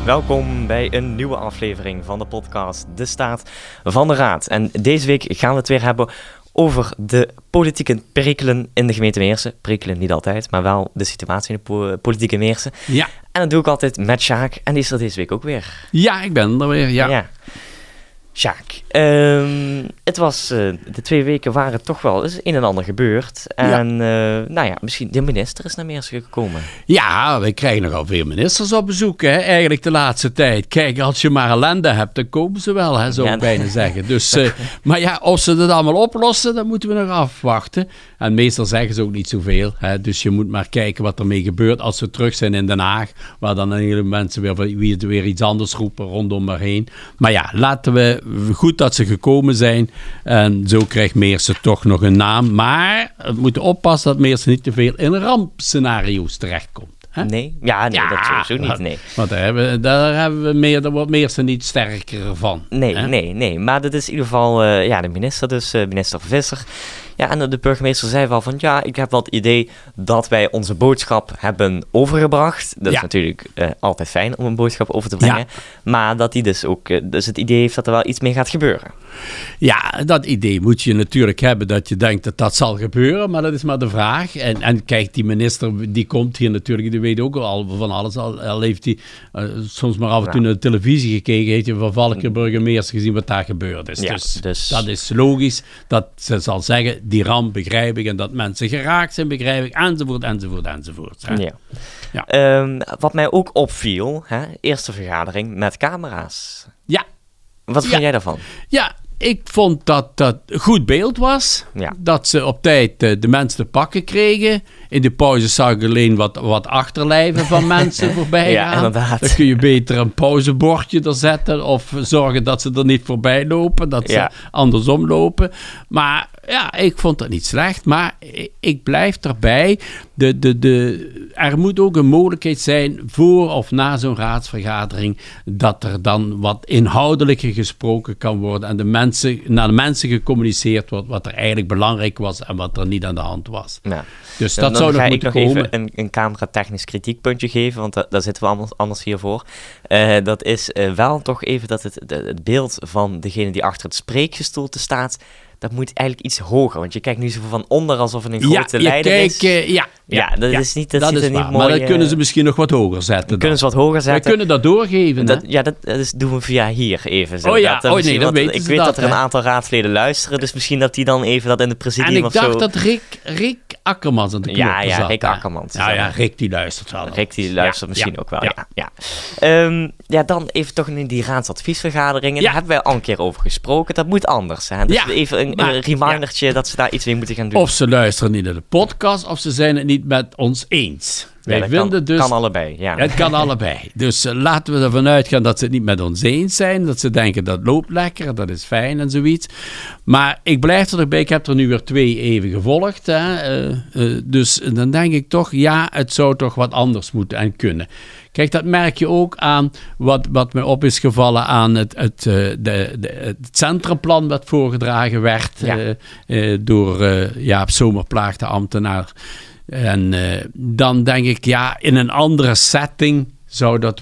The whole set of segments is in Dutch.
Welkom bij een nieuwe aflevering van de podcast De Staat van de Raad. En deze week gaan we het weer hebben over de politieke perikelen in de gemeente Meersen. Perikelen niet altijd, maar wel de situatie in de politieke Meersen. Ja. En dat doe ik altijd met Sjaak. En die is er deze week ook weer. Ja, ik ben er weer, ja. Sjaak, het was, de 2 weken waren toch wel eens een en ander gebeurd. En misschien de minister is naar Meersen gekomen. Ja, wij krijgen nogal veel ministers op bezoek, hè, eigenlijk de laatste tijd. Kijk, als je maar ellende hebt, dan komen ze wel, hè, zou ik bijna zeggen. Dus, maar ja, of ze dat allemaal oplossen, dan moeten we nog afwachten. En meestal zeggen ze ook niet zoveel. Hè, dus je moet maar kijken wat ermee gebeurt als we terug zijn in Den Haag. Waar dan hele mensen weer iets anders roepen rondom maar heen. Maar ja, laten we goed dat ze gekomen zijn. En zo krijgt Meersen toch nog een naam. Maar we moeten oppassen dat Meersen niet te veel in rampscenario's terechtkomt. Hè? Nee? Ja, dat sowieso niet, nee. Want daar wordt Meersen niet sterker van. Nee. Maar dat is in ieder geval de minister, dus minister Visser. Ja, en de burgemeester zei wel van, ja, ik heb wel het idee dat wij onze boodschap hebben overgebracht. Dat is natuurlijk altijd fijn om een boodschap over te brengen. Ja. Maar dat hij dus ook dus het idee heeft dat er wel iets mee gaat gebeuren. Ja, dat idee moet je natuurlijk hebben dat je denkt dat dat zal gebeuren, maar dat is maar de vraag. En kijk, die minister, die komt hier natuurlijk, die weet ook al van alles. Al heeft hij soms maar af en toe naar de televisie gekeken, heeft hij van Valkenburg en Meersen gezien wat daar gebeurd is. Ja, dus dat is logisch dat ze zal zeggen, die ramp begrijp ik en dat mensen geraakt zijn begrijp ik, enzovoort. Ja. Wat mij ook opviel, eerste vergadering met camera's. Ja. Wat vind jij daarvan? Ja, ik vond dat dat goed beeld was. Ja. Dat ze op tijd de mensen te pakken kregen. In de pauze zag ik alleen wat achterlijven van mensen voorbij gaan. Ja, inderdaad. Dan kun je beter een pauzebordje er zetten. Of zorgen dat ze er niet voorbij lopen. Dat ze andersom lopen. Maar ja, ik vond dat niet slecht. Maar ik blijf erbij. Er moet ook een mogelijkheid zijn voor of na zo'n raadsvergadering. Dat er dan wat inhoudelijker gesproken kan worden. En naar de mensen gecommuniceerd wordt wat er eigenlijk belangrijk was. En wat er niet aan de hand was. Ja. Dus dat zou nog moeten komen. Dan ga ik nog even een cameratechnisch kritiekpuntje geven, want daar zitten we anders hier voor. Dat is wel toch even dat het beeld van degene die achter het spreekgestoelte staat, dat moet eigenlijk iets hoger, want je kijkt nu zo van onder alsof het een grote leider is. Dat is niet dat ziet er niet mooi. Maar dat kunnen ze misschien nog wat hoger zetten. Kunnen ze wat hoger zetten. We kunnen dat doorgeven. Dat doen we via hier even. Zo. Dat weten ik weet dat er een aantal raadsleden luisteren, dus misschien dat die dan even dat in de presidium of zo. En ik dacht dat Rick Akkermans aan de knop zat. Rick Akkermans. Rick die luistert wel. Rick die luistert misschien ook wel, dan even toch in die raadsadviesvergaderingen. Daar hebben wij al een keer over gesproken. Dat moet anders. Hè? Dus even een remindertje dat ze daar iets mee moeten gaan doen. Of ze luisteren niet naar de podcast, of ze zijn het niet met ons eens. Kan allebei, ja. Het kan allebei. Dus laten we ervan uitgaan dat ze het niet met ons eens zijn. Dat ze denken, dat loopt lekker, dat is fijn en zoiets. Maar ik blijf erbij. Ik heb er nu weer 2 even gevolgd. Dus dan denk ik toch, het zou toch wat anders moeten en kunnen. Kijk, dat merk je ook aan wat mij op is gevallen aan het centrumplan dat voorgedragen werd door Jaap Zomerplaag, de ambtenaar. En dan denk ik, in een andere setting zou dat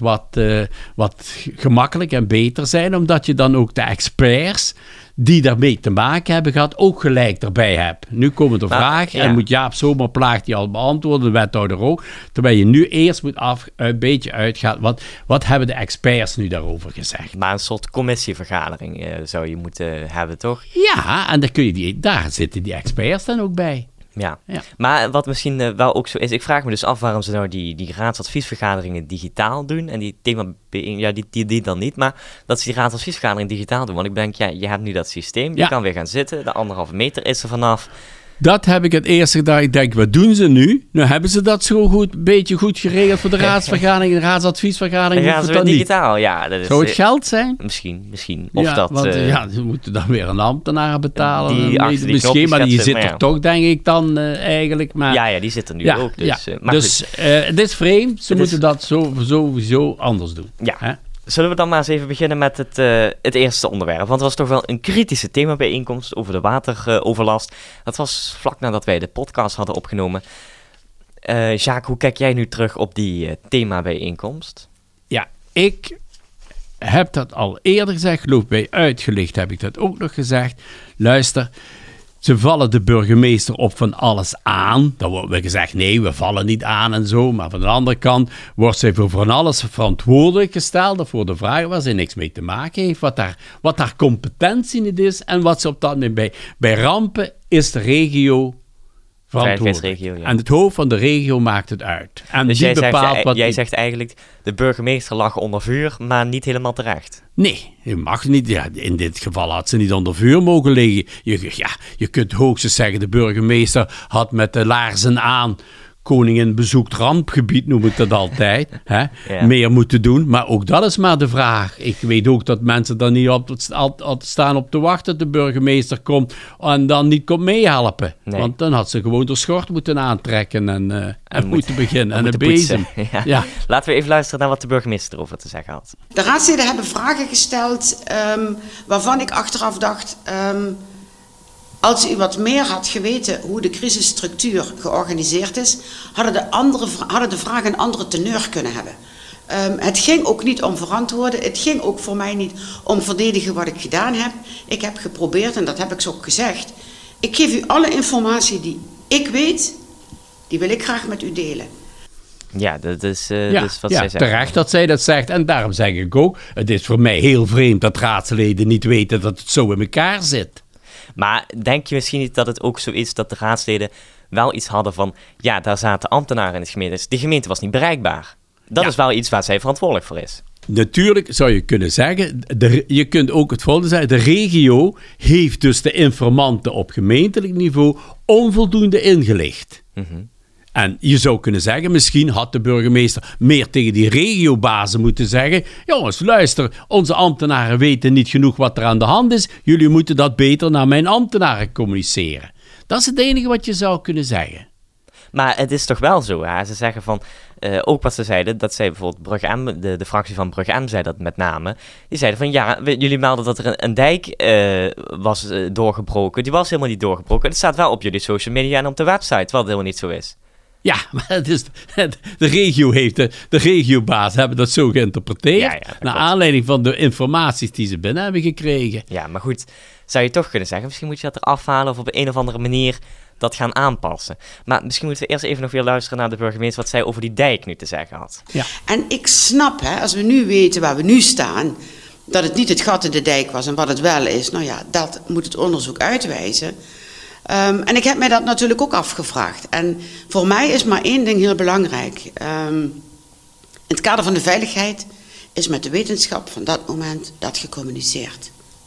wat gemakkelijk en beter zijn, omdat je dan ook de experts die daarmee te maken hebben gehad, ook gelijk erbij hebt. Nu komen de vragen en moet Jaap Zomerplaag die al beantwoorden, de wethouder ook, terwijl je nu eerst moet een beetje uitgaan, wat hebben de experts nu daarover gezegd? Maar een soort commissievergadering zou je moeten hebben, toch? Ja, en daar zitten die experts dan ook bij. Ja, maar wat misschien wel ook zo is, ik vraag me dus af waarom ze nou die raadsadviesvergaderingen digitaal doen en die thema die dan niet, maar dat ze die raadsadviesvergadering digitaal doen. Want ik denk, je hebt nu dat systeem, je kan weer gaan zitten, de 1,5 meter is er vanaf. Dat heb ik het eerste gedacht. Ik denk, wat doen ze nu? Nu hebben ze dat een beetje goed geregeld voor de raadsvergadering, de raadsadviesvergadering. Dan gaan ze weer digitaal, Dat is, zou het geld zijn? Misschien. Of ze moeten dan weer een ambtenaar betalen. Misschien, maar die zit er toch, denk ik dan eigenlijk. Maar, ja, die zit er nu ook. Dus, het is vreemd. Ze moeten dat sowieso anders doen. Ja. Hè? Zullen we dan maar eens even beginnen met het eerste onderwerp? Want het was toch wel een kritische themabijeenkomst over de wateroverlast. Dat was vlak nadat wij de podcast hadden opgenomen. Sjaak, hoe kijk jij nu terug op die themabijeenkomst? Ja, ik heb dat al eerder gezegd, geloof bij Uitgelicht heb ik dat ook nog gezegd. Luister, ze vallen de burgemeester op van alles aan. Dan wordt weer gezegd, nee, we vallen niet aan en zo. Maar van de andere kant wordt zij voor van alles verantwoordelijk gesteld. Of voor de vragen waar ze niks mee te maken heeft. Wat haar competentie niet is. En wat ze op dat moment bij rampen is de regio verantwoordelijk. Ja. En het hoofd van de regio maakt het uit. En dus die jij zegt eigenlijk, de burgemeester lag onder vuur, maar niet helemaal terecht. Nee, je mag niet. Ja, in dit geval had ze niet onder vuur mogen liggen. Je kunt hoogstens zeggen, de burgemeester had met de laarzen aan koningin bezoekt rampgebied, noem ik dat altijd. Hè? Ja. Meer moeten doen. Maar ook dat is maar de vraag. Ik weet ook dat mensen dan niet op staan op te wachten dat de burgemeester komt en dan niet komt meehelpen. Nee. Want dan had ze gewoon de schort moeten aantrekken en moeten beginnen. En een bezem. Ja. Laten we even luisteren naar wat de burgemeester erover te zeggen had. De raadsleden hebben vragen gesteld waarvan ik achteraf dacht... Als u wat meer had geweten hoe de crisisstructuur georganiseerd is, hadden de vragen een andere teneur kunnen hebben. Het ging ook niet om verantwoorden, het ging ook voor mij niet om verdedigen wat ik gedaan heb. Ik heb geprobeerd, en dat heb ik zo ook gezegd, ik geef u alle informatie die ik weet, die wil ik graag met u delen. Ja, dat is dus wat zij zegt. Terecht dat zij dat zegt. En daarom zeg ik ook, het is voor mij heel vreemd dat raadsleden niet weten dat het zo in elkaar zit. Maar denk je misschien niet dat het ook zo is dat de raadsleden wel iets hadden van... Ja, daar zaten ambtenaren in de gemeente. Dus de gemeente was niet bereikbaar. Dat is wel iets waar zij verantwoordelijk voor is. Natuurlijk zou je kunnen zeggen... je kunt ook het volgende zeggen. De regio heeft dus de informanten op gemeentelijk niveau onvoldoende ingelicht. Mm-hmm. En je zou kunnen zeggen, misschien had de burgemeester meer tegen die regiobazen moeten zeggen... Jongens, luister, onze ambtenaren weten niet genoeg wat er aan de hand is. Jullie moeten dat beter naar mijn ambtenaren communiceren. Dat is het enige wat je zou kunnen zeggen. Maar het is toch wel zo, hè? Ze zeggen van... ook wat ze zeiden, dat zei bijvoorbeeld Brugge M, de fractie van Brugge M zei dat met name. Die zeiden van, ja, jullie melden dat er een dijk was doorgebroken. Die was helemaal niet doorgebroken. Het staat wel op jullie social media en op de website, wat helemaal niet zo is. Ja, maar het is, de regio heeft de regiobaas hebben dat zo geïnterpreteerd. Naar aanleiding van de informaties die ze binnen hebben gekregen. Ja, maar goed, zou je toch kunnen zeggen, misschien moet je dat eraf halen of op een of andere manier dat gaan aanpassen. Maar misschien moeten we eerst even nog weer luisteren naar de burgemeester wat zij over die dijk nu te zeggen had. Ja. En ik snap, als we nu weten waar we nu staan, dat het niet het gat in de dijk was en wat het wel is. Nou ja, dat moet het onderzoek uitwijzen. En ik heb mij dat natuurlijk ook afgevraagd. En voor mij is maar één ding heel belangrijk. In het kader van de veiligheid is met de wetenschap van dat moment dat gecommuniceerd.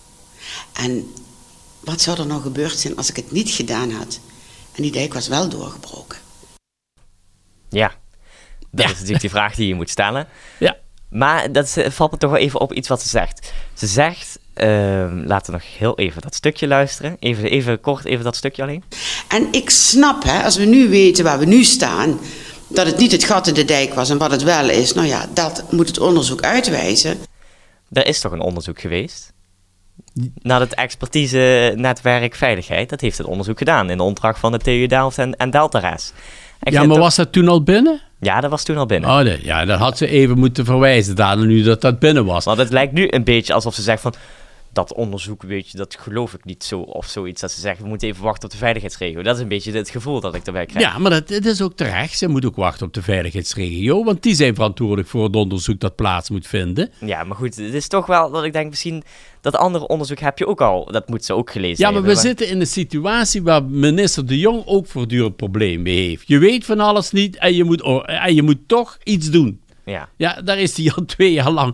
En wat zou er nou gebeurd zijn als ik het niet gedaan had en die dijk was wel doorgebroken? Ja, dat is natuurlijk die vraag die je moet stellen. Ja. Maar dat valt me toch wel even op iets wat ze zegt. Ze zegt... laten we nog heel even dat stukje luisteren. Even kort, even dat stukje alleen. En ik snap, als we nu weten waar we nu staan, dat het niet het gat in de dijk was en wat het wel is. Nou ja, dat moet het onderzoek uitwijzen. Er is toch een onderzoek geweest? Naar het expertise-netwerk Veiligheid. Dat heeft het onderzoek gedaan in de opdracht van de TU Delft en Deltares. Maar was dat toen al binnen? Ja, dat was toen al binnen. Oh, nee. Ja, dan had ze even moeten verwijzen daar nu dat binnen was. Want het lijkt nu een beetje alsof ze zegt van... Dat onderzoek, weet je, dat geloof ik niet zo of zoiets. Dat ze zeggen, we moeten even wachten op de veiligheidsregio. Dat is een beetje het gevoel dat ik daarbij krijg. Ja, maar het is ook terecht. Ze moet ook wachten op de veiligheidsregio. Want die zijn verantwoordelijk voor het onderzoek dat plaats moet vinden. Ja, maar goed, het is toch wel dat ik denk misschien... Dat andere onderzoek heb je ook al. Dat moet ze ook gelezen hebben. Ja, maar we zitten in een situatie waar minister De Jong ook voortdurend problemen mee heeft. Je weet van alles niet en je moet toch iets doen. Ja, daar is hij al 2 jaar lang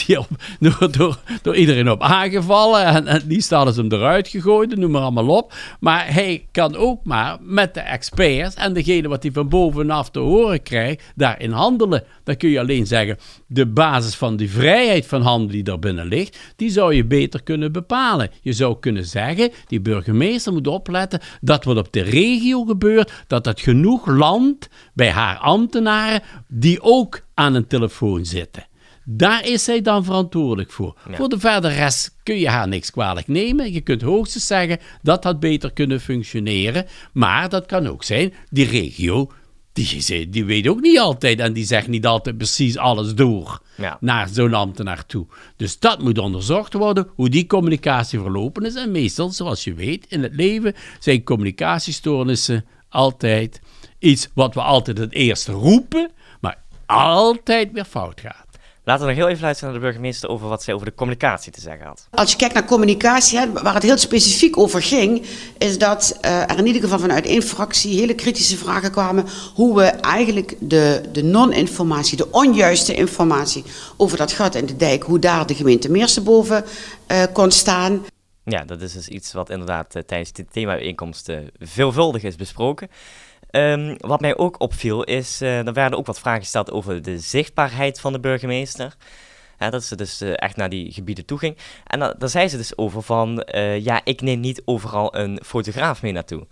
door iedereen op aangevallen. En liefst hadden ze hem eruit gegooid, noem maar allemaal op. Maar hij kan ook maar met de experts en degene wat hij van bovenaf te horen krijgt, daarin handelen. Dan kun je alleen zeggen, de basis van die vrijheid van handelen die daar binnen ligt, die zou je beter kunnen bepalen. Je zou kunnen zeggen, die burgemeester moet opletten dat wat op de regio gebeurt, dat genoeg landt bij haar ambtenaren die ook aan een telefoon zitten. Daar is zij dan verantwoordelijk voor. Ja. Voor de verdere rest kun je haar niks kwalijk nemen. Je kunt hoogstens zeggen dat had beter kunnen functioneren. Maar dat kan ook zijn, die regio die weet ook niet altijd en die zegt niet altijd precies alles door naar zo'n ambtenaar toe. Dus dat moet onderzocht worden, hoe die communicatie verlopen is. En meestal, zoals je weet, in het leven zijn communicatiestoornissen altijd iets wat we altijd het eerste roepen, maar altijd weer fout gaat. Laten we nog heel even luisteren naar de burgemeester over wat zij over de communicatie te zeggen had. Als je kijkt naar communicatie, waar het heel specifiek over ging, is dat er in ieder geval vanuit één fractie hele kritische vragen kwamen hoe we eigenlijk de non-informatie, de onjuiste informatie over dat gat in de dijk, hoe daar de gemeente Meersenboven kon staan. Ja, dat is dus iets wat inderdaad tijdens de thema-bijeenkomst veelvuldig is besproken. Wat mij ook opviel is, er werden ook wat vragen gesteld over de zichtbaarheid van de burgemeester. Dat ze dus echt naar die gebieden toe ging. En daar zei ze dus over van, ik neem niet overal een fotograaf mee naartoe.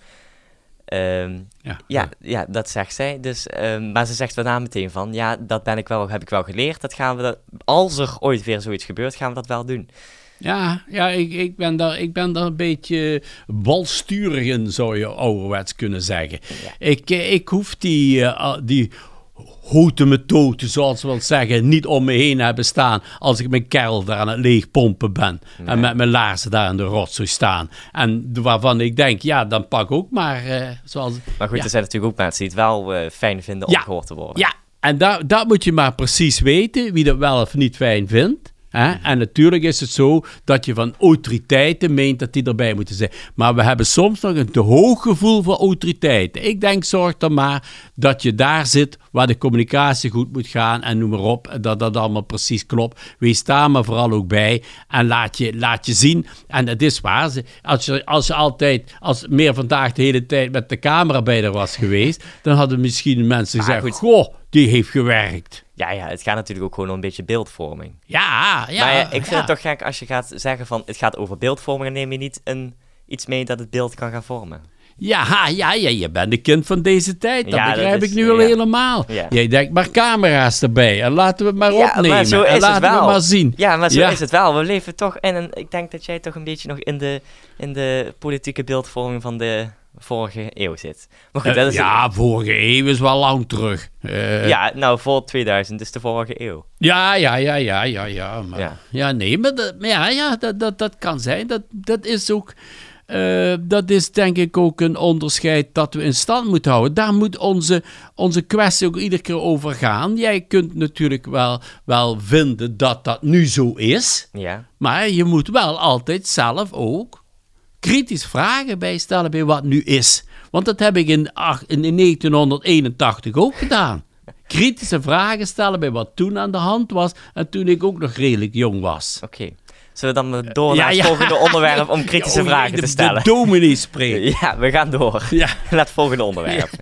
Ja, dat zegt zij. Dus, maar ze zegt daarna meteen van, dat heb ik wel geleerd. Als er ooit weer zoiets gebeurt, gaan we dat wel doen. Ja, ik ben daar een beetje walsturig in, zou je ouderwets kunnen zeggen. Ja. Ik hoef die houten methode, zoals we wel zeggen, niet om me heen hebben staan als ik mijn kerel daar aan het leegpompen ben. Ja. En met mijn laarzen daar in de rotzooi staan. En waarvan ik denk, dan pak ook maar zoals... Maar goed, er zijn natuurlijk ook mensen die het wel fijn vinden om gehoord te worden. Ja, en dat moet je maar precies weten, wie dat wel of niet fijn vindt. En natuurlijk is het zo dat je van autoriteiten meent dat die erbij moeten zijn. Maar we hebben soms nog een te hoog gevoel voor autoriteiten. Ik denk, zorg dan maar dat je daar zit waar de communicatie goed moet gaan en noem maar op, dat allemaal precies klopt. Wees daar maar vooral ook bij en laat je zien. En het is waar, als meer vandaag de hele tijd met de camera bij er was geweest, dan hadden misschien mensen gezegd, goh, die heeft gewerkt. Ja, het gaat natuurlijk ook gewoon om een beetje beeldvorming. Ja. Maar ik vind het toch gek als je gaat zeggen van het gaat over beeldvorming en neem je niet iets mee dat het beeld kan gaan vormen. Ja, je bent een kind van deze tijd. Dat begrijp ik nu al helemaal. Ja. Jij denkt maar camera's erbij en laten we het maar opnemen. Maar zo is en laten we maar zien. Ja, maar zo is het wel. We leven toch ik denk dat jij toch een beetje nog in de politieke beeldvorming van de vorige eeuw zit. Maar goed, vorige eeuw is wel lang terug. Voor 2000 is de vorige eeuw. Ja. Maar dat kan zijn. Dat is ook... dat is denk ik ook een onderscheid dat we in stand moeten houden. Daar moet onze kwestie ook iedere keer over gaan. Jij kunt natuurlijk wel vinden dat dat nu zo is. Ja. Maar je moet wel altijd zelf ook kritisch vragen bijstellen bij wat nu is. Want dat heb ik in 1981 ook gedaan. Kritische vragen stellen bij wat toen aan de hand was en toen ik ook nog redelijk jong was. Oké. Zullen we dan door naar het volgende onderwerp om kritische vragen te stellen? De dominee spreekt. Ja, we gaan door naar het volgende onderwerp.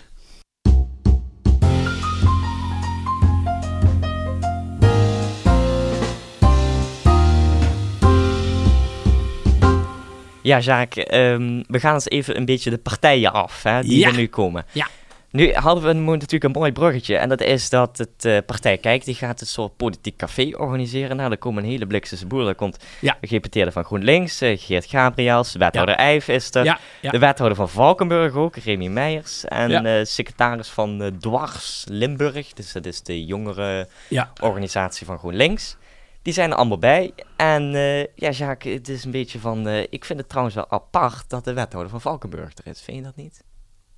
Ja, Jacques, we gaan eens even een beetje de partijen af die er nu komen. Ja. Nu hadden we natuurlijk een mooi bruggetje. En dat is dat het Partij Kijk, die gaat een soort politiek café organiseren. Nou, er komen een hele blikse boel. Er komt de gedeputeerde van GroenLinks, Geert Gabriels, wethouder Eijf is er. Ja. De wethouder van Valkenburg ook, Remy Meijers. En secretaris van Dwars Limburg. Dus dat is de jongere organisatie van GroenLinks. Die zijn er allemaal bij. En Jacques, het is een beetje van... ik vind het trouwens wel apart dat de wethouder van Valkenburg er is. Vind je dat niet?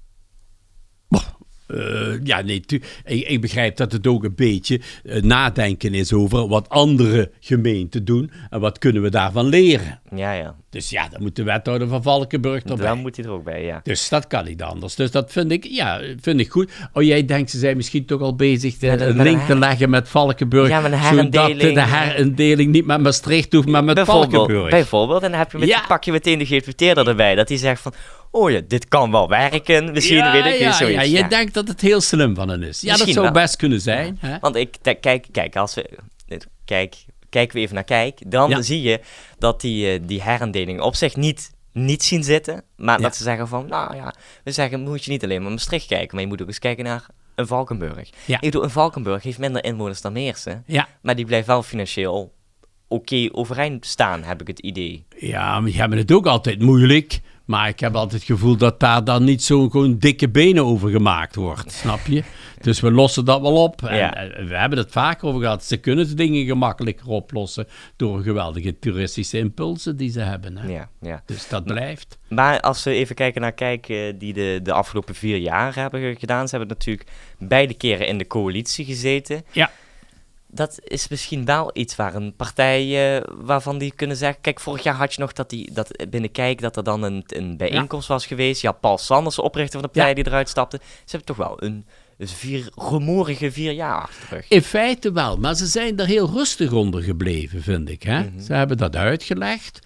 Ik begrijp dat het ook een beetje nadenken is over wat andere gemeenten doen en wat kunnen we daarvan leren. Ja. Dus dan moet de wethouder van Valkenburg erbij. Dan moet hij er ook bij, ja. Dus dat kan niet anders. Dus dat vind ik goed. Jij denkt, ze zijn misschien toch al bezig een link te leggen met Valkenburg. Ja, met een herindeling. Zodat de herindeling niet met Maastricht hoeft, maar met Valkenburg. Bijvoorbeeld. En dan heb je pak je meteen de gedeputeerde erbij. Dat hij zegt van, dit kan wel werken. Misschien weet ik niet zoiets. Je denkt dat het heel slim van hen is. Ja, misschien dat zou best kunnen zijn. Ja. Hè? Want als we... Kijken we even naar Kijk, dan zie je dat die herindelingen op zich niet zien zitten. Maar dat ze zeggen van, we zeggen, moet je niet alleen maar Maastricht kijken, maar je moet ook eens kijken naar een Valkenburg. Ja. Een Valkenburg heeft minder inwoners dan Meersen, maar die blijft wel financieel oké overeind staan, heb ik het idee. Ja, maar die hebben het ook altijd moeilijk Maar ik heb altijd het gevoel dat daar dan niet zo'n gewoon dikke benen over gemaakt wordt, snap je? Dus we lossen dat wel op. En we hebben het vaak over gehad. Ze kunnen de dingen gemakkelijker oplossen door geweldige toeristische impulsen die ze hebben. Hè? Ja. Dus dat blijft. Maar als we even kijken naar die de afgelopen 4 jaar hebben gedaan, ze hebben natuurlijk beide keren in de coalitie gezeten. Ja. Dat is misschien wel iets waar een partij waarvan die kunnen zeggen... Kijk, vorig jaar had je nog dat binnen Kijk dat er dan een bijeenkomst was geweest. Ja, Paul Sanders, de oprichter van de partij, die eruit stapte. Ze hebben toch wel een rumoerige 4 jaar achter de rug. In feite wel, maar ze zijn er heel rustig onder gebleven, vind ik. Hè? Ze hebben dat uitgelegd.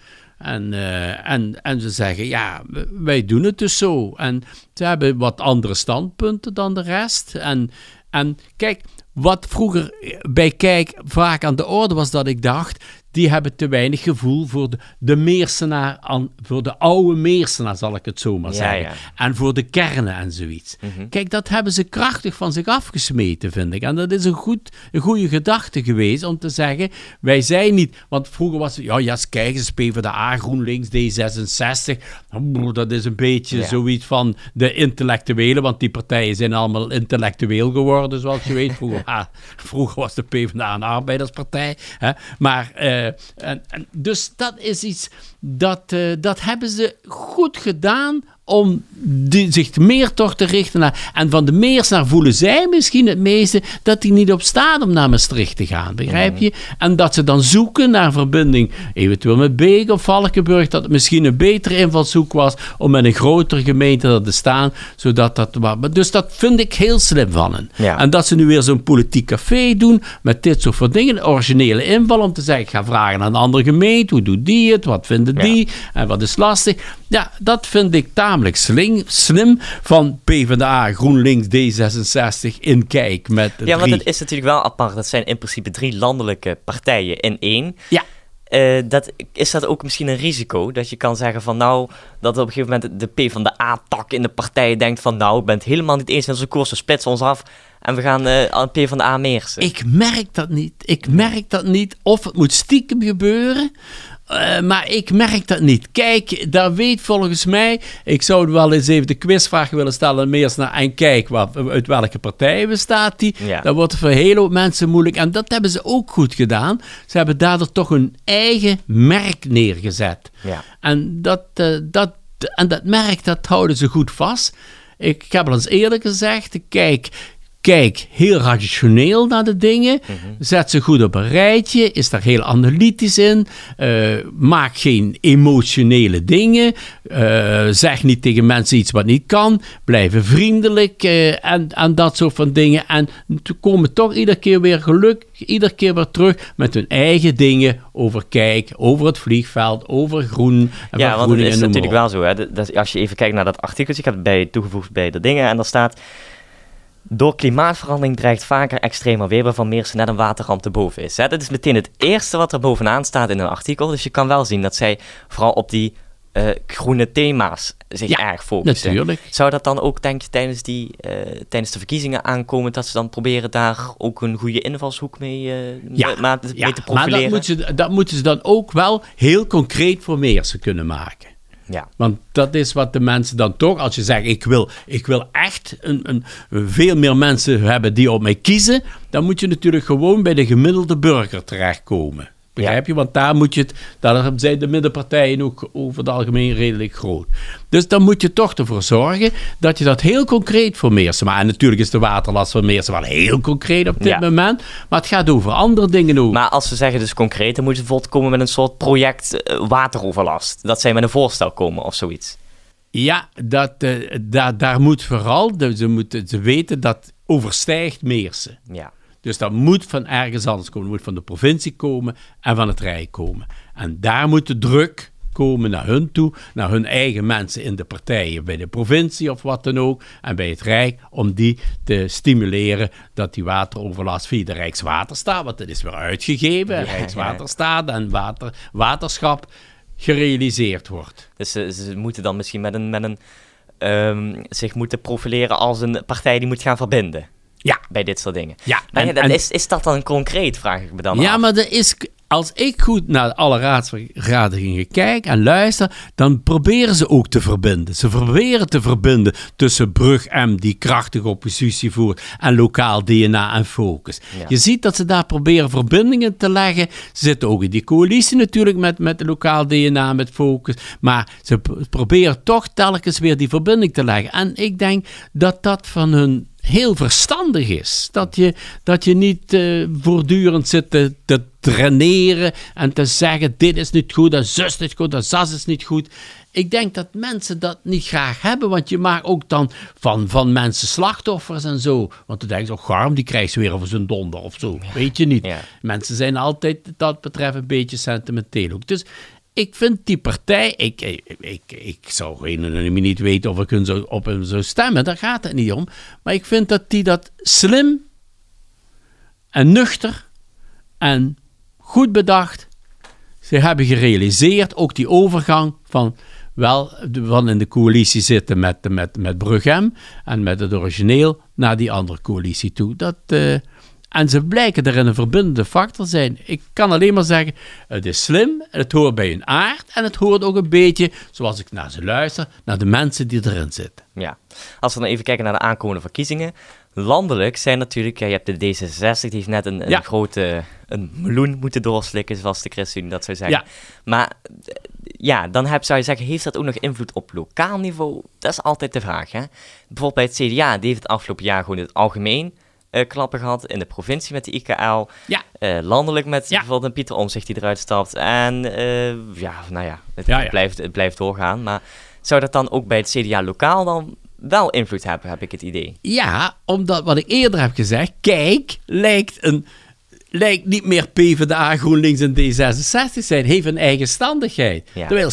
En ze zeggen, ja, wij doen het dus zo. En ze hebben wat andere standpunten dan de rest. En kijk... Wat vroeger bij Kijk vaak aan de orde was, dat ik dacht... die hebben te weinig gevoel voor de Meersenaar... voor de oude Meersenaar, zal ik het zo maar zeggen. Ja. En voor de kernen en zoiets. Mm-hmm. Kijk, dat hebben ze krachtig van zich afgesmeten, vind ik. En dat is een goede gedachte geweest om te zeggen... wij zijn niet... Want vroeger was het... Ja, kijk eens, PvdA, GroenLinks, D66... dat is een beetje zoiets van de intellectuelen... want die partijen zijn allemaal intellectueel geworden, zoals je weet. Vroeger was de PvdA een arbeiderspartij. Hè? Maar... dus dat is iets dat hebben ze goed gedaan om zich meer toch te richten naar... En van de Meersenaar voelen zij misschien het meeste... dat die niet op staat om naar Maastricht te gaan, begrijp je? En dat ze dan zoeken naar verbinding... eventueel met Beek of Valkenburg... dat het misschien een betere invalshoek was... om met een grotere gemeente te staan... zodat dat... Dus dat vind ik heel slim van hen. Ja. En dat ze nu weer zo'n politiek café doen... met dit soort van dingen, een originele inval... om te zeggen, ik ga vragen aan een andere gemeente... hoe doet die het, wat vinden die... en wat is lastig... Ja, dat vind ik tamelijk slim van PvdA, GroenLinks, D66 in Kijk met Ja, want het is natuurlijk wel apart. Dat zijn in principe 3 landelijke partijen in 1. Ja. Is dat ook misschien een risico? Dat je kan zeggen van nou, dat op een gegeven moment de PvdA-tak in de partij denkt van nou, ik ben het helemaal niet eens met onze koers, we splitsen ons af en we gaan aan PvdA meersen. Ik merk dat niet. Of het moet stiekem gebeuren. Maar ik merk dat niet. Kijk, daar weet volgens mij... Ik zou wel eens even de quizvraag willen stellen... Meersenaar en kijk, uit welke partij bestaat die. Ja. Dat wordt voor een hele hoop mensen moeilijk. En dat hebben ze ook goed gedaan. Ze hebben daardoor toch hun eigen merk neergezet. Ja. En dat merk, dat houden ze goed vast. Ik heb al eens eerder gezegd... Kijk heel rationeel naar de dingen. Mm-hmm. Zet ze goed op een rijtje. Is daar heel analytisch in. Maak geen emotionele dingen. Zeg niet tegen mensen iets wat niet kan. Blijven vriendelijk. En dat soort van dingen. En komen toch iedere keer weer terug met hun eigen dingen over Kijk, over het vliegveld, over groen. Ja, want het is natuurlijk wel zo. Hè? Dat als je even kijkt naar dat artikeltje, ik heb het toegevoegd bij de dingen. En daar staat... Door klimaatverandering dreigt vaker extremer weer waarvan Meersen net een waterramp te boven is. Dat is meteen het eerste wat er bovenaan staat in een artikel. Dus je kan wel zien dat zij vooral op die groene thema's zich erg focussen. Natuurlijk. Zou dat dan ook, denk je, tijdens de verkiezingen aankomen... dat ze dan proberen daar ook een goede invalshoek mee te profileren? Maar dat moeten ze dan ook wel heel concreet voor Meersen kunnen maken. Ja. Want dat is wat de mensen dan toch, als je zegt ik wil echt veel meer mensen hebben die op mij kiezen, dan moet je natuurlijk gewoon bij de gemiddelde burger terechtkomen. Begrijp je? Want daar zijn de middenpartijen ook over het algemeen redelijk groot. Dus dan moet je toch ervoor zorgen dat je dat heel concreet voor Meersen maakt. En natuurlijk is de waterlast van Meersen wel heel concreet op dit moment. Maar het gaat over andere dingen ook. Maar als ze zeggen dus concreet, dan moeten ze bijvoorbeeld komen met een soort project wateroverlast. Dat zij met een voorstel komen of zoiets. Ja, daar moet vooral, ze weten dat overstijgt Meersen. Ja. Dus dat moet van ergens anders komen. Dat moet van de provincie komen en van het Rijk komen. En daar moet de druk komen naar hun toe, naar hun eigen mensen in de partijen, bij de provincie of wat dan ook, en bij het Rijk, om die te stimuleren dat die wateroverlast via de Rijkswaterstaat, want dat is weer uitgegeven, Rijkswaterstaat en waterschap, gerealiseerd wordt. Dus ze moeten dan misschien zich moeten profileren als een partij die moet gaan verbinden. Ja. Bij dit soort dingen. Ja. Maar is dat dan concreet, vraag ik me dan af. Ja, maar als ik goed naar alle raadsvergaderingen kijk en luister, dan proberen ze ook te verbinden. Ze proberen te verbinden tussen Brug M, die krachtige oppositie voert, en lokaal DNA en Focus. Ja. Je ziet dat ze daar proberen verbindingen te leggen. Ze zitten ook in die coalitie natuurlijk met de lokaal DNA, met Focus. Maar ze proberen toch telkens weer die verbinding te leggen. En ik denk dat dat van hun heel verstandig is. Dat je niet voortdurend zit te traineren en te zeggen, dit is niet goed, dat zus is niet goed, dat zas is niet goed. Ik denk dat mensen dat niet graag hebben, want je maakt ook dan van mensen slachtoffers en zo. Want dan denk je, Garm, die krijgt ze weer over zijn donder of zo. Ja. Weet je niet. Ja. Mensen zijn altijd, wat dat betreft, een beetje sentimenteel ook. Dus ik vind die partij, ik zou helemaal niet weten of ik op hem zou stemmen, daar gaat het niet om. Maar ik vind dat die dat slim en nuchter en goed bedacht, ze hebben gerealiseerd, ook die overgang van in de coalitie zitten met Brug M en met het origineel naar die andere coalitie toe. En ze blijken er een verbindende factor zijn. Ik kan alleen maar zeggen, het is slim, het hoort bij hun aard en het hoort ook een beetje, zoals ik naar ze luister, naar de mensen die erin zitten. Ja, als we dan even kijken naar de aankomende verkiezingen. Landelijk zijn natuurlijk, je hebt de D66, die heeft net een grote meloen moeten doorslikken, zoals de ChristenUnie dat zou zeggen. Ja. Maar ja, dan zou je zeggen, heeft dat ook nog invloed op lokaal niveau? Dat is altijd de vraag, hè? Bijvoorbeeld bij het CDA, die heeft het afgelopen jaar gewoon het algemeen klappen gehad in de provincie met de IKL. Ja. Landelijk met bijvoorbeeld een Pieter Omtzigt die eruit stapt. En het blijft doorgaan. Maar zou dat dan ook bij het CDA lokaal dan wel invloed hebben, heb ik het idee? Ja, omdat wat ik eerder heb gezegd, kijk, lijkt niet meer PvdA, GroenLinks en D66 zijn, heeft een eigenstandigheid. Ja. Terwijl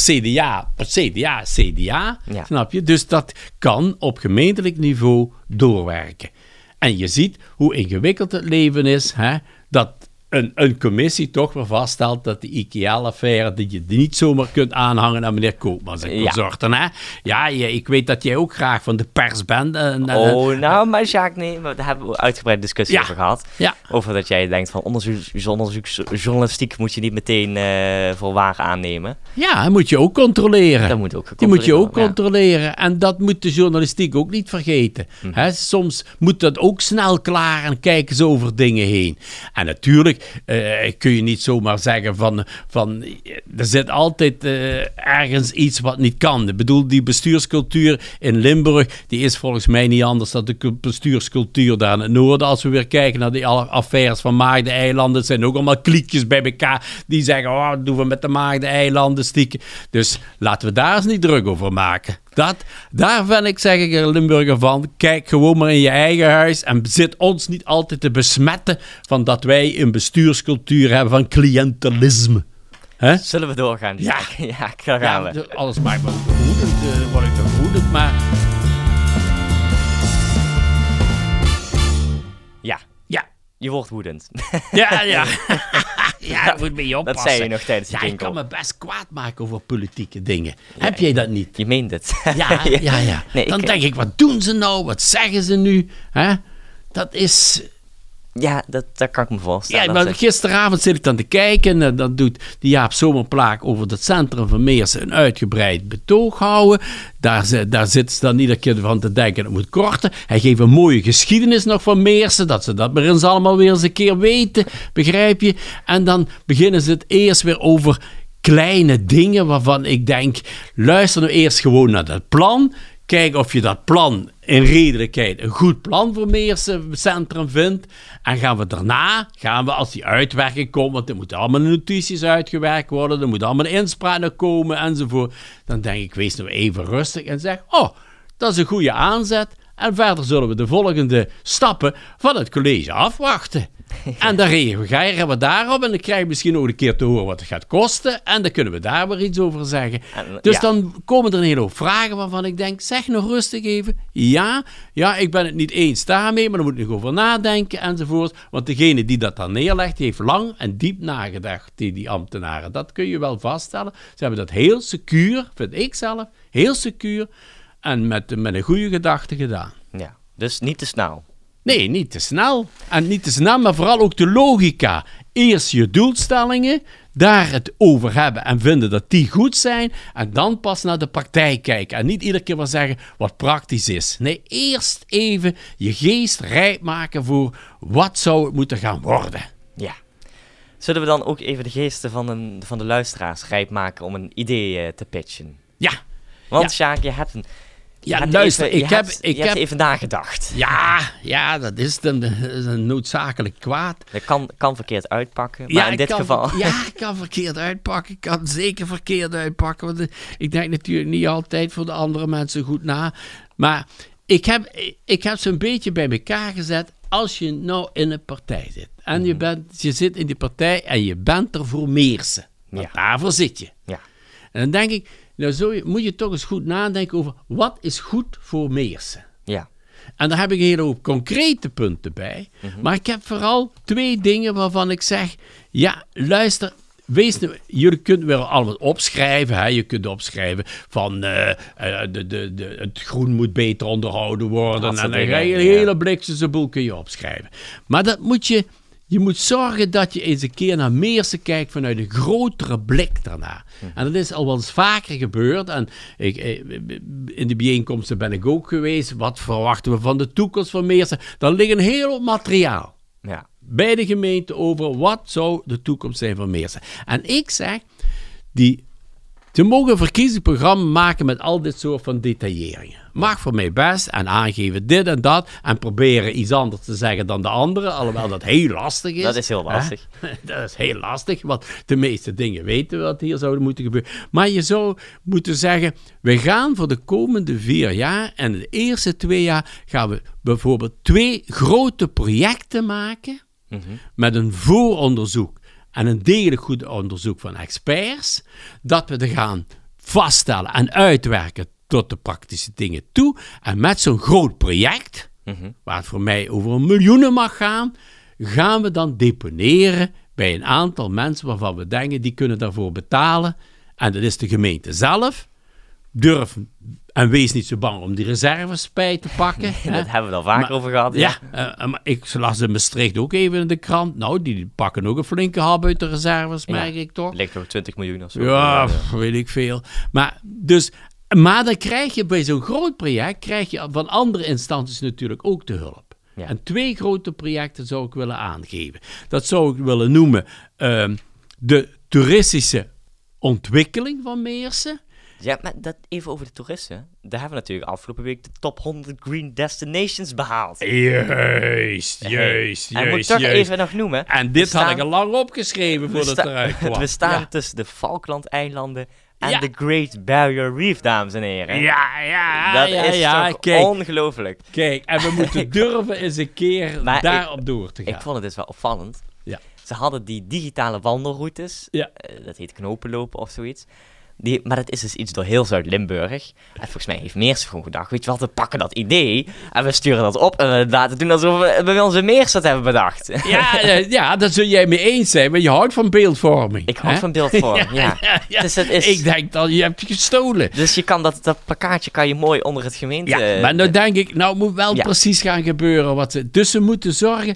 CDA, snap je? Dus dat kan op gemeentelijk niveau doorwerken. En je ziet hoe ingewikkeld het leven is, hè? Dat een commissie toch weer vaststelt dat de IKL-affaire, dat je die niet zomaar kunt aanhangen aan meneer Koopmans en consorten. Hè? Ja, ik weet dat jij ook graag van de pers bent. Maar Jacques, nee, daar hebben we uitgebreid discussie over gehad. Ja. Over dat jij denkt van onderzoeksjournalistiek moet je niet meteen voor waar aannemen. Ja, dat moet je ook controleren. Dat moet ook die moet je ook controleren. En dat moet de journalistiek ook niet vergeten. Mm-hmm. Hè? Soms moet dat ook snel klaar en kijken ze over dingen heen. En natuurlijk kun je niet zomaar zeggen van er zit altijd ergens iets wat niet kan. Ik bedoel, die bestuurscultuur in Limburg, die is volgens mij niet anders dan de bestuurscultuur daar in het noorden. Als we weer kijken naar die affaires van Maagdeneilanden, het zijn ook allemaal kliekjes bij elkaar die zeggen, dat doen we met de Maagdeneilanden stiekem. Dus laten we daar eens niet druk over maken. Daar ben ik, zeg ik er Limburger van, kijk gewoon maar in je eigen huis en zit ons niet altijd te besmetten van dat wij een bestuurscultuur hebben van cliëntelisme. Hè? Zullen we doorgaan? Ja, daar gaan we. Alles maakt me woedend, maar... Ja, je wordt woedend. Ja. Ja, moet me oppassen. Dat zei je nog tijdens de jingle. Ik kan me best kwaad maken over politieke dingen. Ja, heb jij dat niet? Je meent het. Ja. Nee, dan denk ik, wat doen ze nou? Wat zeggen ze nu? Hè? Dat is... Ja, dat kan ik me voorstellen. Ja, maar gisteravond zit ik dan te kijken en dan doet die Jaap Zomerplaag over het centrum van Meersen een uitgebreid betoog houden. Daar zitten ze dan iedere keer van te denken, het moet korter. Hij geeft een mooie geschiedenis nog van Meersen, dat ze dat maar eens allemaal weer eens een keer weten, begrijp je? En dan beginnen ze het eerst weer over kleine dingen waarvan ik denk, luister nou eerst gewoon naar dat plan. Kijk of je dat plan in redelijkheid een goed plan voor Meersen Centrum vindt. En daarna gaan we als die uitwerking komt, want er moeten allemaal notities uitgewerkt worden, er moet allemaal inspraak nog komen enzovoort. Dan denk ik, wees nou even rustig en zeg, dat is een goede aanzet. En verder zullen we de volgende stappen van het college afwachten. En dan reageren we daarop en dan krijg je misschien ook een keer te horen wat het gaat kosten. En dan kunnen we daar weer iets over zeggen. Dus dan komen er een hele hoop vragen waarvan ik denk, zeg nog rustig even. Ja, ik ben het niet eens daarmee, maar daar moet ik nog over nadenken enzovoort. Want degene die dat dan neerlegt, die heeft lang en diep nagedacht, die ambtenaren. Dat kun je wel vaststellen. Ze hebben dat heel secuur, vind ik zelf, heel secuur en met een goede gedachte gedaan. Ja, dus niet te snel. Nee, niet te snel. En niet te snel, maar vooral ook de logica. Eerst je doelstellingen, daar het over hebben en vinden dat die goed zijn. En dan pas naar de praktijk kijken. En niet iedere keer maar zeggen wat praktisch is. Nee, eerst even je geest rijp maken voor wat zou het moeten gaan worden. Ja. Zullen we dan ook even de geesten van de luisteraars rijp maken om een idee te pitchen? Ja. Want Sjaak, je hebt luister, ik heb even nagedacht. Ja, dat is een noodzakelijk kwaad. Dat kan verkeerd uitpakken, maar in dit geval... Ja, ik kan verkeerd uitpakken. Ik kan zeker verkeerd uitpakken. Want ik denk natuurlijk niet altijd voor de andere mensen goed na. Maar ik heb ze een beetje bij elkaar gezet. Als je nou in een partij zit. En je zit in die partij en je bent er voor Meersen. Want daarvoor zit je. Ja. En dan denk ik... Nou, moet je toch eens goed nadenken over wat is goed voor Meersen. Ja. En daar heb ik een hele hoop concrete punten bij. Maar ik heb vooral 2 dingen waarvan ik zeg... Ja, luister, jullie kunnen wel allemaal opschrijven. Hè? Je kunt opschrijven van het groen moet beter onderhouden worden. En een hele blikse boel kun je opschrijven. Maar dat moet je moet zorgen dat je eens een keer naar Meersen kijkt vanuit een grotere blik daarna. En dat is al wel eens vaker gebeurd. En in de bijeenkomsten ben ik ook geweest. Wat verwachten we van de toekomst van Meersen? Dan ligt een heel hoop materiaal bij de gemeente over wat zou de toekomst zijn van Meersen. En ik zeg, ze mogen een verkiezingsprogramma maken met al dit soort van detailleringen. Mag voor mij best en aangeven dit en dat en proberen iets anders te zeggen dan de anderen, alhoewel dat heel lastig is. Dat is heel lastig. Dat is heel lastig, want de meeste dingen weten we wat hier zouden moeten gebeuren. Maar je zou moeten zeggen, we gaan voor de komende 4 jaar en de eerste 2 jaar gaan we bijvoorbeeld 2 grote projecten maken met een vooronderzoek. En een degelijk goed onderzoek van experts, dat we er gaan vaststellen en uitwerken tot de praktische dingen toe. En met zo'n groot project, waar het voor mij over miljoenen mag gaan, gaan we dan deponeren bij een aantal mensen waarvan we denken, die kunnen daarvoor betalen. En dat is de gemeente zelf. Durf en wees niet zo bang om die reserves bij te pakken. Dat hebben we al vaker over gehad. Maar ik las in Maastricht ook even in de krant. Nou, die pakken ook een flinke hap uit de reserves, merk ik toch. Lijkt nog 20 miljoen of zo. Ja, weet ik veel. Maar dan krijg je bij zo'n groot project, krijg je van andere instanties natuurlijk ook de hulp. Ja. En 2 grote projecten zou ik willen aangeven. Dat zou ik willen noemen de toeristische ontwikkeling van Meersen. Ja, maar even over de toeristen. Daar hebben we natuurlijk afgelopen week de top 100 Green Destinations behaald. Juist. En moet toch even nog noemen. En dit had ik al lang opgeschreven voordat het eruit kwam. We staan tussen de Falkland-eilanden en de Great Barrier Reef, dames en heren. Dat is toch ongelooflijk. Kijk, en we moeten durven eens een keer daarop door te gaan. Ik vond het dus wel opvallend. Ja. Ze hadden die digitale wandelroutes. Dat heet knopenlopen of zoiets. Maar dat is dus iets door heel Zuid-Limburg. En volgens mij heeft Meersen gewoon gedacht, weet je wat, we pakken dat idee en we sturen dat op en we laten doen alsof we bij ons in Meersen hebben bedacht. Ja, daar zul jij mee eens zijn, maar je houdt van beeldvorming. Ik houd van beeldvorming, ja. Dus het is... Ik denk dat je hebt gestolen. Dus je kan dat plakkaatje kan je mooi onder het gemeente... Ja, maar nou denk ik, het moet wel precies gaan gebeuren. Dus ze moeten zorgen...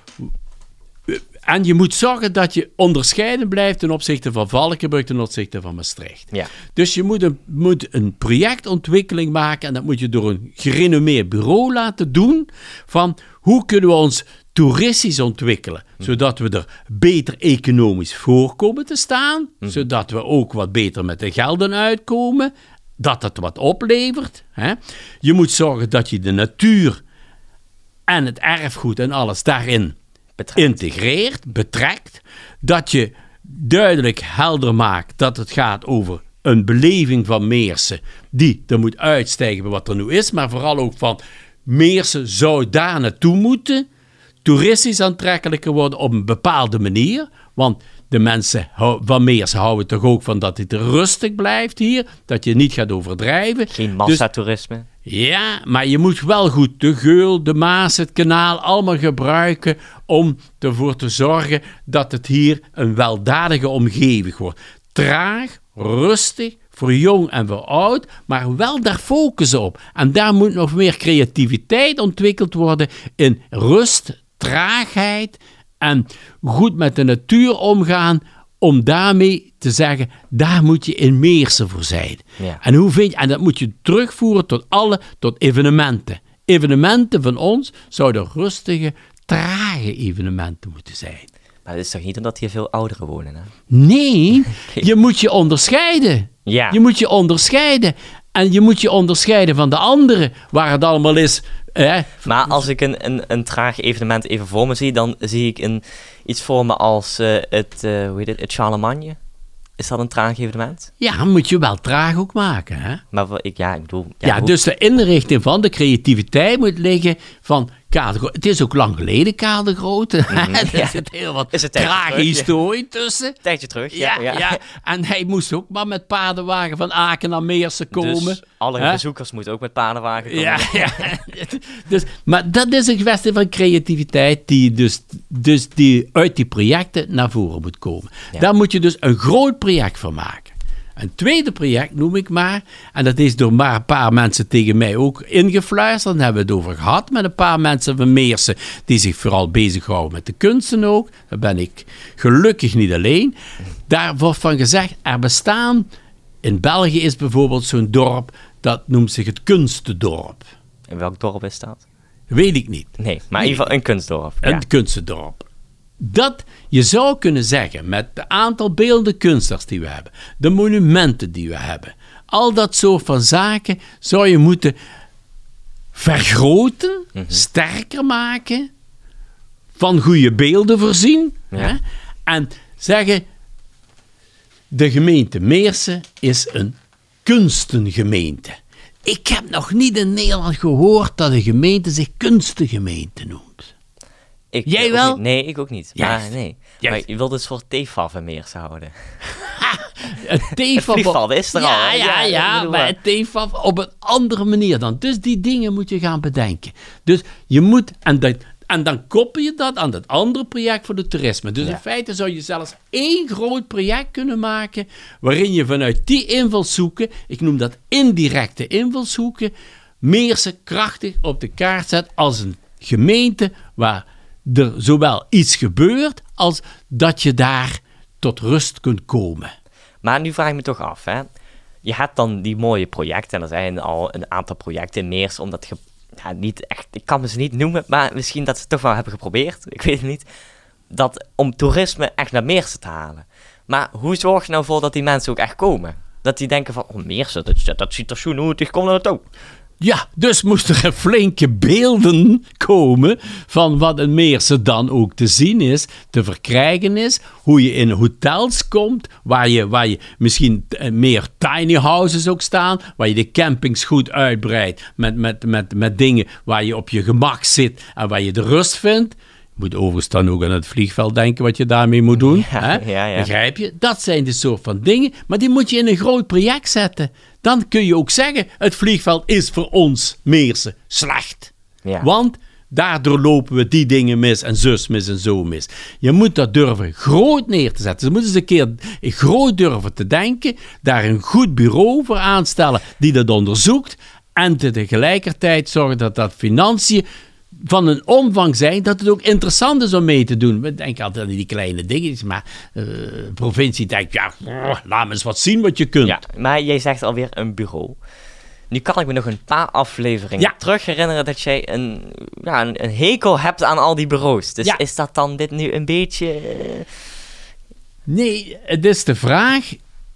En je moet zorgen dat je onderscheiden blijft ten opzichte van Valkenburg, ten opzichte van Maastricht. Ja. Dus je moet een projectontwikkeling maken en dat moet je door een gerenommeerd bureau laten doen van hoe kunnen we ons toeristisch ontwikkelen, zodat we er beter economisch voor komen te staan, zodat we ook wat beter met de gelden uitkomen, dat het wat oplevert. Hè. Je moet zorgen dat je de natuur en het erfgoed en alles daarin integreert, betrekt, dat je duidelijk helder maakt dat het gaat over een beleving van Meersen die er moet uitstijgen bij wat er nu is, maar vooral ook van Meersen zou daar naartoe moeten, toeristisch aantrekkelijker worden op een bepaalde manier, want de mensen van Meersen houden toch ook van dat het rustig blijft hier, dat je niet gaat overdrijven. Geen massatoerisme. Ja, maar je moet wel goed de Geul, de Maas, het kanaal allemaal gebruiken om ervoor te zorgen dat het hier een weldadige omgeving wordt. Traag, rustig, voor jong en voor oud, maar wel daar focussen op. En daar moet nog meer creativiteit ontwikkeld worden in rust, traagheid en goed met de natuur omgaan, om daarmee te zeggen, daar moet je in Meersen voor zijn. Ja. En dat moet je terugvoeren tot evenementen. Evenementen van ons zouden rustige, trage evenementen moeten zijn. Maar het is toch niet omdat hier veel ouderen wonen, hè? Nee, je moet je onderscheiden. Ja. Je moet je onderscheiden. En je moet je onderscheiden van de anderen, waar het allemaal is. Maar als ik een traag evenement even voor me zie, dan zie ik iets voor me als het Charlemagne. Is dat een traag evenement? Ja, moet je wel traag ook maken, hè? Maar ik bedoel... Dus de inrichting van de creativiteit moet liggen van Karel de Grote. Het is ook lang geleden, Karel de Grote. Er zit heel wat trage historie tussen. Een tijdje terug, ja. En hij moest ook maar met paardenwagen van Aken naar Meersen komen. Dus alle bezoekers moeten ook met paardenwagen komen. Ja. Maar dat is een kwestie van creativiteit die uit die projecten naar voren moet komen. Ja. Daar moet je dus een groot project van maken. Een tweede project noem ik maar, en dat is door maar een paar mensen tegen mij ook ingefluisterd, daar hebben we het over gehad met een paar mensen van Meersen, die zich vooral bezighouden met de kunsten ook. Daar ben ik gelukkig niet alleen. Daar wordt van gezegd, er bestaan, in België is bijvoorbeeld zo'n dorp, dat noemt zich het Kunstendorp. En welk dorp is dat? Weet ik niet. Nee, maar in ieder geval een kunstdorp. Een kunstendorp. Dat je zou kunnen zeggen, met het aantal beeldende kunstenaars die we hebben, de monumenten die we hebben, al dat soort van zaken zou je moeten vergroten, sterker maken, van goede beelden voorzien. Ja. Hè? En zeggen, de gemeente Meersen is een kunstengemeente. Ik heb nog niet in Nederland gehoord dat een gemeente zich kunstengemeente noemt. Jij wel? Nee, ik ook niet. Juist. Maar nee. Juist. Maar je wilt dus voor TFAF en Meersen houden. Het vliegveld is er al. Ja, maar het TFAF op een andere manier dan. Dus die dingen moet je gaan bedenken. Dus je moet, en dan koppel je dat aan dat andere project voor de toerisme. Dus in feite zou je zelfs één groot project kunnen maken, waarin je vanuit die invalshoeken, ik noem dat indirecte invalshoeken, Meersen krachtig op de kaart zet als een gemeente waar er zowel iets gebeurt, als dat je daar tot rust kunt komen. Maar nu vraag ik me toch af, hè. Je hebt dan die mooie projecten, en er zijn al een aantal projecten in Meersen, omdat je niet echt, ik kan me ze niet noemen, maar misschien dat ze het toch wel hebben geprobeerd, ik weet het niet, om toerisme echt naar Meersen te halen. Maar hoe zorg je nou voor dat die mensen ook echt komen? Dat die denken van, Meersen, dat ziet er zo uit, ik kom naar naartoe. Ja, dus moesten er flinke beelden komen van wat in Meersen dan ook te zien is, te verkrijgen is, hoe je in hotels komt, waar je misschien meer tiny houses ook staan, waar je de campings goed uitbreidt met dingen waar je op je gemak zit en waar je de rust vindt. Je moet overigens dan ook aan het vliegveld denken wat je daarmee moet doen. Ja. Begrijp je? Dat zijn de soort van dingen, maar die moet je in een groot project zetten. Dan kun je ook zeggen, het vliegveld is voor ons Meersen slecht. Ja. Want daardoor lopen we die dingen mis en zus mis en zo mis. Je moet dat durven groot neer te zetten. Je moet eens een keer groot durven te denken, daar een goed bureau voor aanstellen die dat onderzoekt en tegelijkertijd zorgen dat financiën van een omvang zijn dat het ook interessant is om mee te doen. We denken altijd aan die kleine dingen, maar de provincie denkt, laat me eens wat zien wat je kunt. Ja, maar jij zegt alweer een bureau. Nu kan ik me nog een paar afleveringen terug herinneren dat jij een hekel hebt aan al die bureaus. Dus is dat dan dit nu een beetje... Nee, het is de vraag,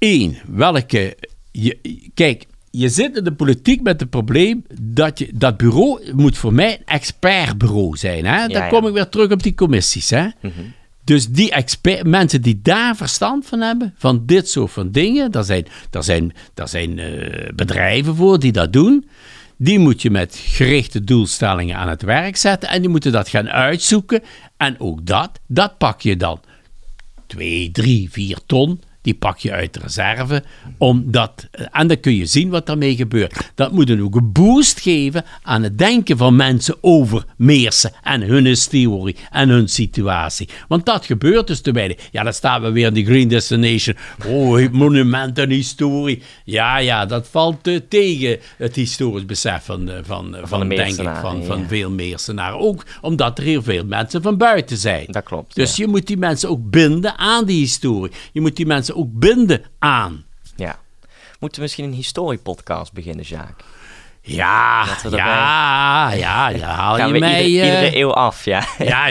kijk, je zit in de politiek met het probleem dat bureau moet voor mij een expertbureau zijn. Hè? Dan kom ik weer terug op die commissies. Hè? Mm-hmm. Dus die mensen die daar verstand van hebben, van dit soort van dingen, daar zijn bedrijven voor die dat doen. Die moet je met gerichte doelstellingen aan het werk zetten en die moeten dat gaan uitzoeken. En ook dat pak je dan 2, 3, 4 ton. die pak je uit de reserve, en dan kun je zien wat daarmee gebeurt. Dat moet ook een boost geven aan het denken van mensen over Meersen en hun historie en hun situatie. Want dat gebeurt dus te weinig. Ja, dan staan we weer in de Green Destination. Oh, monument en historie. Ja, dat valt tegen het historisch besef van veel Meersenaren. Ook omdat er heel veel mensen van buiten zijn. Dat klopt. Dus je moet die mensen ook binden aan die historie. Je moet die mensen ook binden aan. Ja. Moeten we misschien een historiepodcast beginnen, Jacques? Ja, haal gaan je we mij... iedere eeuw af, ja.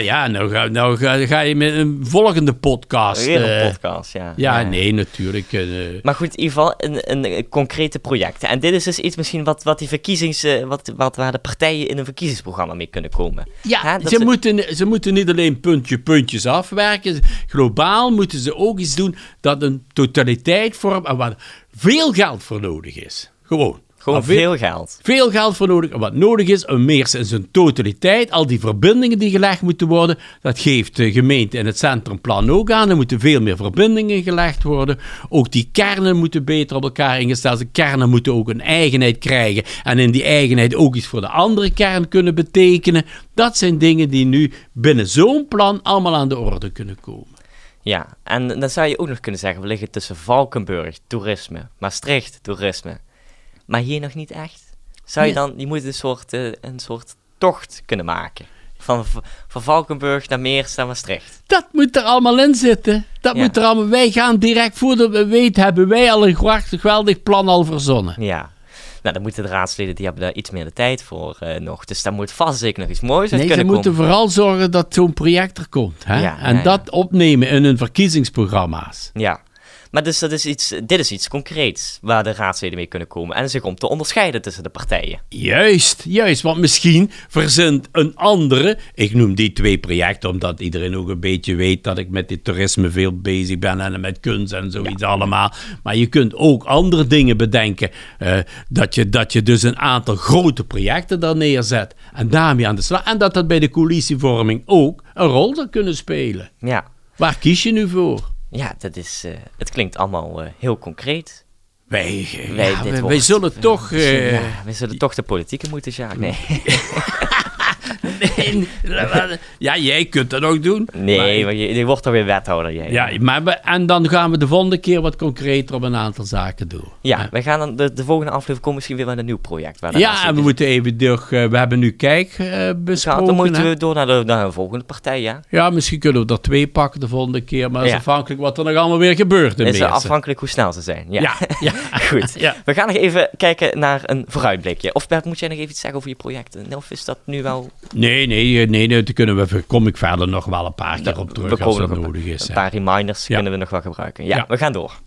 Nou ga je met een volgende podcast. Weer een podcast, ja. Ja, nee, natuurlijk. Maar goed, in ieder geval een concrete projecten. En dit is dus iets misschien wat die waar de partijen in een verkiezingsprogramma mee kunnen komen. Ja, ze moeten niet alleen puntjes afwerken. Globaal moeten ze ook iets doen dat een totaliteit vormt en waar veel geld voor nodig is. Gewoon veel geld. Veel geld voor nodig. En wat nodig is, een Meersen in zijn totaliteit, al die verbindingen die gelegd moeten worden, dat geeft de gemeente in het centrumplan ook aan. Er moeten veel meer verbindingen gelegd worden. Ook die kernen moeten beter op elkaar ingesteld zijn. Kernen moeten ook een eigenheid krijgen. En in die eigenheid ook iets voor de andere kern kunnen betekenen. Dat zijn dingen die nu binnen zo'n plan allemaal aan de orde kunnen komen. Ja, en dan zou je ook nog kunnen zeggen, we liggen tussen Valkenburg, toerisme, Maastricht, toerisme. Maar hier nog niet echt. Je moet een soort tocht kunnen maken. Van Valkenburg naar Meersen naar Maastricht. Dat moet er allemaal in zitten. Moet er allemaal. Wij gaan direct, voordat we weten, hebben wij al een geweldig plan al verzonnen. Ja. Nou, dan moeten de raadsleden, die hebben daar iets meer de tijd voor nog. Dus daar moet vast zeker nog iets moois uit kunnen komen. Ze moeten vooral zorgen dat zo'n project er komt. Hè? En dat opnemen in hun verkiezingsprogramma's. Ja. Maar dus dit is iets concreets waar de raadsleden mee kunnen komen en zich om te onderscheiden tussen de partijen. Juist, want misschien verzint een andere, ik noem die 2 projecten omdat iedereen ook een beetje weet dat ik met dit toerisme veel bezig ben en met kunst en zoiets allemaal. Maar je kunt ook andere dingen bedenken, dat je dus een aantal grote projecten daar neerzet en daarmee aan de slag. En dat bij de coalitievorming ook een rol zou kunnen spelen. Ja. Waar kies je nu voor? Ja, het klinkt allemaal heel concreet. Wij zullen toch... we zullen toch de politieke moeten, Jacques. Nee. Ja, jij kunt dat ook doen. Nee, maar je wordt toch weer wethouder. Jij. Ja, en dan gaan we de volgende keer wat concreter op een aantal zaken doen. Ja, we gaan dan de volgende aflevering komen misschien weer met een nieuw project. En we moeten even door... we hebben nu Kijk besproken. Dan moeten we door naar de volgende partij, ja. Ja, misschien kunnen we er 2 pakken de volgende keer. Maar dat is afhankelijk wat er nog allemaal weer gebeurt. Het is afhankelijk hoe snel ze zijn. Ja. Goed. Ja. We gaan nog even kijken naar een vooruitblikje. Of Bert, moet jij nog even iets zeggen over je projecten? Of is dat nu wel... Nee, daar kom ik verder nog wel een paar keer op terug als het nodig is. Een paar reminders kunnen we nog wel gebruiken. Ja, we gaan door.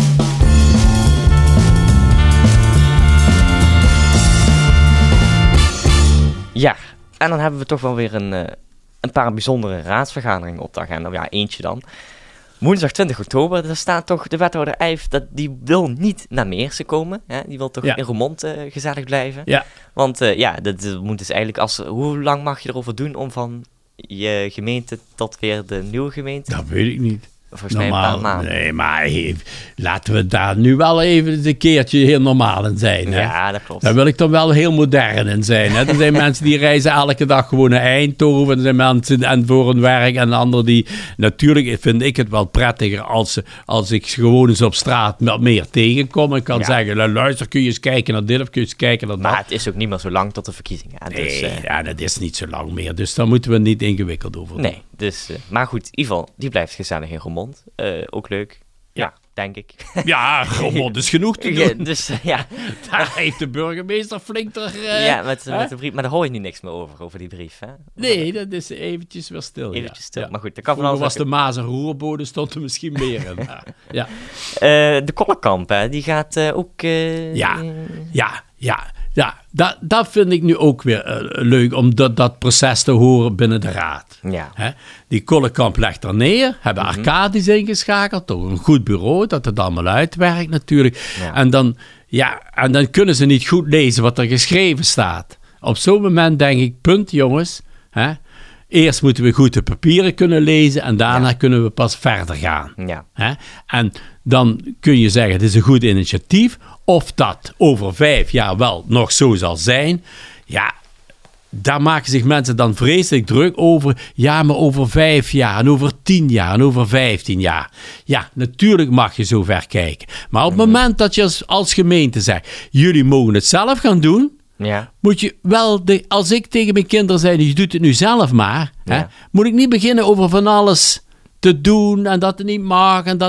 Ja, en dan hebben we toch wel weer een paar bijzondere raadsvergaderingen op de agenda. Ja, eentje dan. Woensdag 20 oktober, daar staat toch de wethouder Eijf, die wil niet naar Meersen komen. Hè? Die wil toch in Roermond gezellig blijven. Ja. Want dat moet dus eigenlijk hoe lang mag je erover doen om van je gemeente tot weer de nieuwe gemeente? Dat weet ik niet. Volgens mij een paar maanden. Nee, maar laten we daar nu wel even een keertje heel normaal in zijn. Hè? Ja, dat klopt. Daar wil ik dan wel heel modern in zijn. Hè? Er zijn mensen die reizen elke dag gewoon naar Eindhoven. Er zijn mensen en voor hun werk. En anderen die... Natuurlijk vind ik het wel prettiger als ik gewoon eens op straat meer tegenkom. En kan zeggen, luister, kun je eens kijken naar dit of kun je eens kijken naar dat. Maar het is ook niet meer zo lang tot de verkiezingen. Nee, dat is niet zo lang meer. Dus daar moeten we niet ingewikkeld over doen. Nee, dus... maar goed, in ieder geval, die blijft gezellig in Roermond. Ook leuk. Ja, denk ik. Ja, Roermond is genoeg te doen. Dus daar heeft de burgemeester flink er... met de brief. Maar daar hoor je nu niks meer over die brief, hè? Nee, dat is eventjes weer stil. Eventjes stil, ja. Maar goed. Dat kan vroeger was de Maas en Roerbode, stond er misschien meer in. Ja. De Kollenkamp, hè, die gaat ook... Ja, dat vind ik nu ook weer leuk, om dat proces te horen binnen de raad. Ja. Hè? Die Kollenkamp legt er neer, hebben Arcadis ingeschakeld, toch een goed bureau, dat het allemaal uitwerkt natuurlijk. Ja. En dan kunnen ze niet goed lezen wat er geschreven staat. Op zo'n moment denk ik, punt jongens, hè? Eerst moeten we goed de papieren kunnen lezen en daarna kunnen we pas verder gaan. Ja. Hè? En dan kun je zeggen, het is een goed initiatief. Of dat over 5 jaar wel nog zo zal zijn. Ja, daar maken zich mensen dan vreselijk druk over. Ja, maar over 5 jaar en over 10 jaar en over 15 jaar. Ja, natuurlijk mag je zo ver kijken. Maar op het moment dat je als gemeente zegt, jullie mogen het zelf gaan doen. Ja. Moet je wel, als ik tegen mijn kinderen zei, je doet het nu zelf maar. Ja. Hè, moet ik niet beginnen over van alles te doen en dat het niet mag en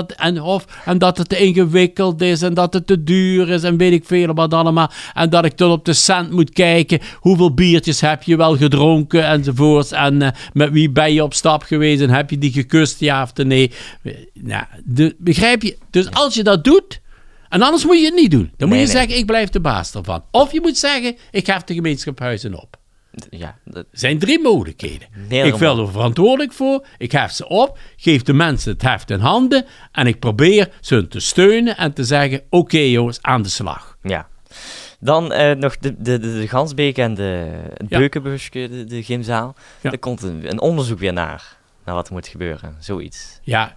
dat het te ingewikkeld is en dat het te duur is en weet ik veel wat allemaal. En dat ik tot op de cent moet kijken, hoeveel biertjes heb je wel gedronken enzovoorts. En met wie ben je op stap geweest en heb je die gekust, ja of nee. Nou, begrijp je? Dus als je dat doet, en anders moet je het niet doen. Dan moet je zeggen, ik blijf de baas ervan. Of je moet zeggen, ik hef de gemeenschapshuizen op. Ja, Er zijn 3 mogelijkheden. Ik ben er verantwoordelijk voor, ik hef ze op, geef de mensen het heft in handen en ik probeer ze te steunen en te zeggen, oké, jongens, aan de slag. Ja. Dan nog de Gansbeek en de Beukenbuske, de gymzaal. Ja. Er komt een onderzoek weer naar wat er moet gebeuren, zoiets. Ja,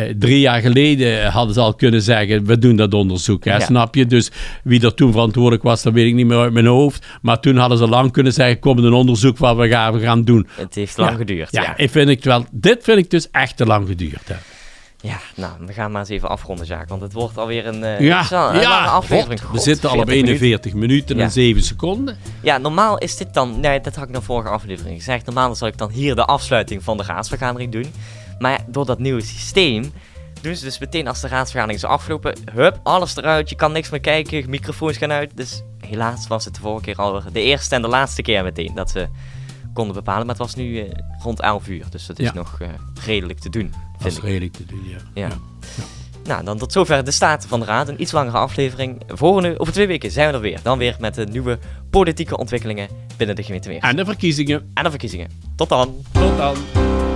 3 jaar geleden hadden ze al kunnen zeggen, we doen dat onderzoek, hè, snap je? Dus wie er toen verantwoordelijk was, dat weet ik niet meer uit mijn hoofd. Maar toen hadden ze lang kunnen zeggen, kom een onderzoek wat we gaan doen. Het heeft lang geduurd. Ja, dit vind ik dus echt te lang geduurd. Hè. Ja, nou, we gaan maar eens even afronden, Jacques, want het wordt alweer een lange aflevering. We zitten al op 41 minuten en 7 seconden. Ja, normaal is dit dan, nee, dat had ik in de vorige aflevering gezegd, normaal zal ik dan hier de afsluiting van de raadsvergadering doen. Maar ja, door dat nieuwe systeem doen ze dus meteen als de raadsvergadering is afgelopen, hup, alles eruit, je kan niks meer kijken, microfoons gaan uit. Dus helaas was het de vorige keer al de eerste en de laatste keer meteen dat ze konden bepalen. Maar het was nu rond 11 uur, dus dat is nog redelijk te doen. Dat is redelijk te doen, ja. Nou, dan tot zover de staat van de raad. Een iets langere aflevering. Over 2 weken zijn we er weer. Dan weer met de nieuwe politieke ontwikkelingen binnen de gemeente Meers. En de verkiezingen. Tot dan. Tot dan.